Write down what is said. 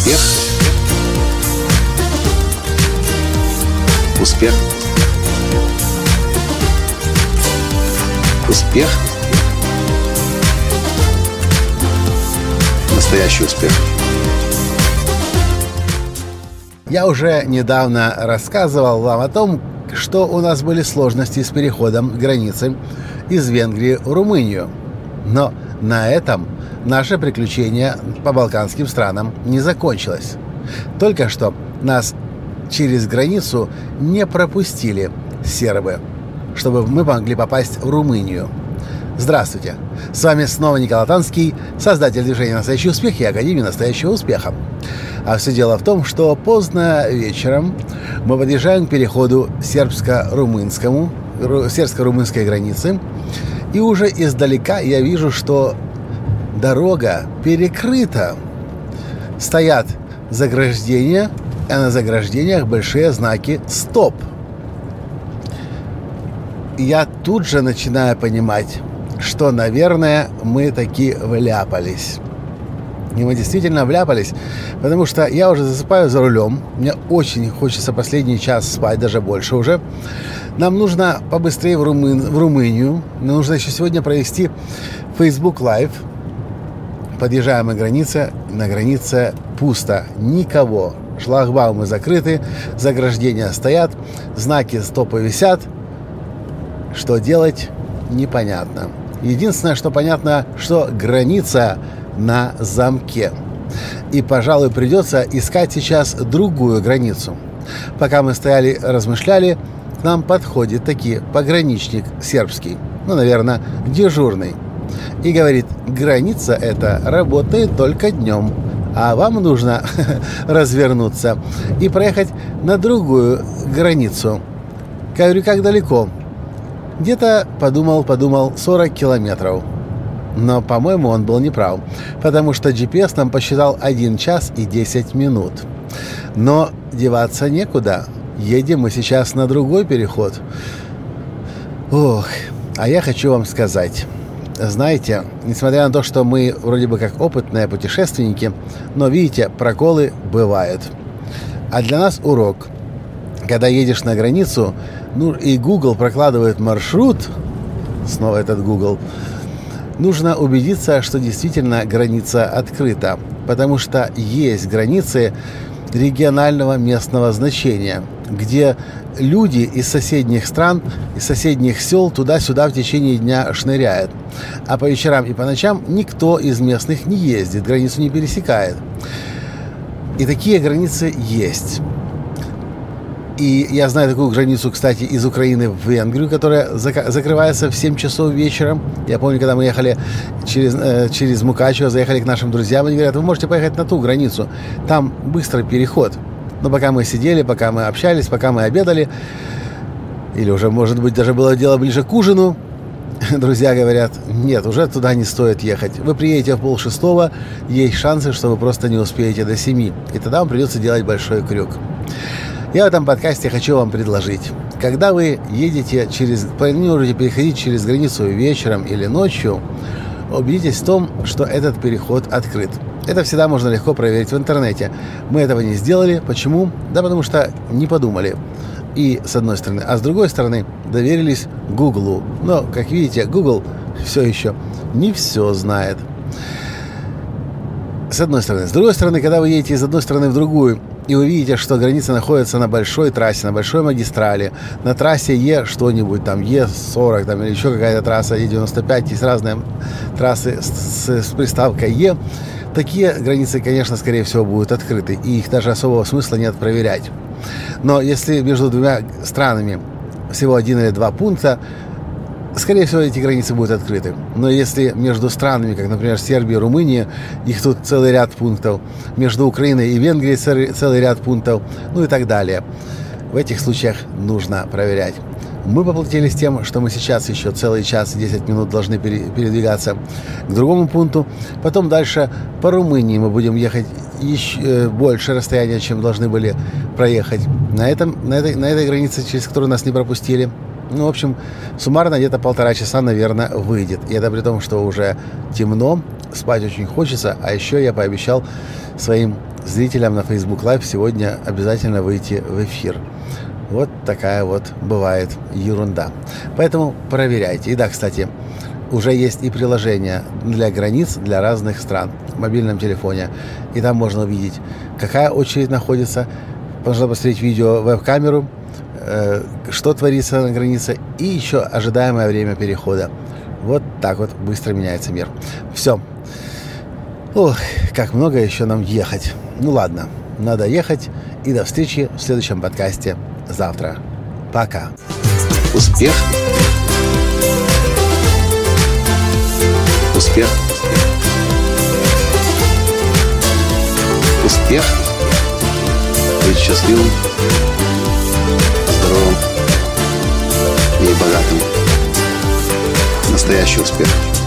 Успех. Успех. Успех. Настоящий успех. Я уже недавно рассказывал вам о том, что у нас были сложности с переходом границы из Венгрии в Румынию. Но на этом наше приключение по балканским странам не закончилось. Только что нас через границу не пропустили сербы, чтобы мы могли попасть в Румынию. Здравствуйте! С вами снова Николай Танский, создатель движения «Настоящий успех» и Академии настоящего успеха. А все дело в том, что поздно вечером мы подъезжаем к переходу сербско-румынской границы, и уже издалека я вижу, что дорога перекрыта. Стоят заграждения, а на заграждениях большие знаки «Стоп». Я тут же начинаю понимать, что, наверное, мы таки вляпались. И мы действительно вляпались, потому что я уже засыпаю за рулем. Мне очень хочется последний час спать, даже больше уже. Нам нужно побыстрее в Румынию. Нам нужно еще сегодня провести Facebook Live. Подъезжаем к границе. На границе пусто. Никого. Шлагбаумы закрыты, заграждения стоят, знаки стопа висят. Что делать, непонятно. Единственное, что понятно, что граница на замке. И, пожалуй, придется искать сейчас другую границу. Пока мы стояли, размышляли, к нам подходит таки пограничник сербский, наверное, дежурный, и говорит: граница эта работает только днем, а вам нужно развернуться и проехать на другую границу. Говорю: как далеко? Где-то, подумал, 40 километров. Но, по-моему, он был неправ, потому что GPS нам посчитал 1 час и 10 минут. Но деваться некуда. Едем мы сейчас на другой переход. Ох, а я хочу вам сказать. Знаете, несмотря на то, что мы вроде бы как опытные путешественники, но, видите, проколы бывают. А для нас урок. Когда едешь на границу, и Google прокладывает маршрут, снова этот Google, нужно убедиться, что действительно граница открыта, потому что есть границы регионального местного значения, где люди из соседних стран, из соседних сел туда-сюда в течение дня шныряют. А по вечерам и по ночам никто из местных не ездит, границу не пересекает. И такие границы есть. И я знаю такую границу, кстати, из Украины в Венгрию, которая закрывается в 7 часов вечера. Я помню, когда мы ехали через Мукачево, заехали к нашим друзьям, они говорят: вы можете поехать на ту границу, там быстрый переход. Но пока мы сидели, пока мы общались, пока мы обедали, или уже, может быть, даже было дело ближе к ужину, друзья говорят: нет, уже туда не стоит ехать. Вы приедете в 5:30, есть шансы, что вы просто не успеете до 7. И тогда вам придется делать большой крюк. Я в этом подкасте хочу вам предложить: когда вы едете планируете переходить через границу вечером или ночью, убедитесь в том, что этот переход открыт. Это всегда можно легко проверить в интернете. Мы этого не сделали. Почему? Да потому что не подумали. И с одной стороны. А с другой стороны, доверились Гуглу. Но, как видите, Google все еще не все знает. С одной стороны. С другой стороны, когда вы едете из одной стороны в другую, и вы видите, что граница находится на большой трассе, на большой магистрали, на трассе Е что-нибудь, там Е40, там, или еще какая-то трасса, Е95, есть разные трассы с приставкой Е, такие границы, конечно, скорее всего, будут открыты, и их даже особого смысла нет проверять. Но если между двумя странами всего 1 или 2 пункта, скорее всего, эти границы будут открыты. Но если между странами, как, например, Сербия и Румыния, их тут целый ряд пунктов, между Украиной и Венгрией целый ряд пунктов, и так далее, в этих случаях нужно проверять. Мы поплатились тем, что мы сейчас еще целый час и 10 минут должны передвигаться к другому пункту. Потом дальше по Румынии мы будем ехать еще больше расстояния, чем должны были проехать на этой границе, через которую нас не пропустили. Ну, в общем, суммарно где-то 1,5 часа, наверное, выйдет. И это при том, что уже темно, спать очень хочется. А еще я пообещал своим зрителям на Facebook Live сегодня обязательно выйти в эфир. Вот такая вот бывает ерунда. Поэтому проверяйте. И да, кстати, уже есть и приложение для границ, для разных стран в мобильном телефоне. И там можно увидеть, какая очередь находится. Можно посмотреть видео в веб-камеру, что творится на границе, и еще ожидаемое время перехода. Вот так вот быстро меняется мир. Все. Ох, как много еще нам ехать. Ну ладно, надо ехать. И до встречи в следующем подкасте завтра. Пока. Успех. Успех. Успех. Быть счастливым, здоровым и богатым. Настоящий успех.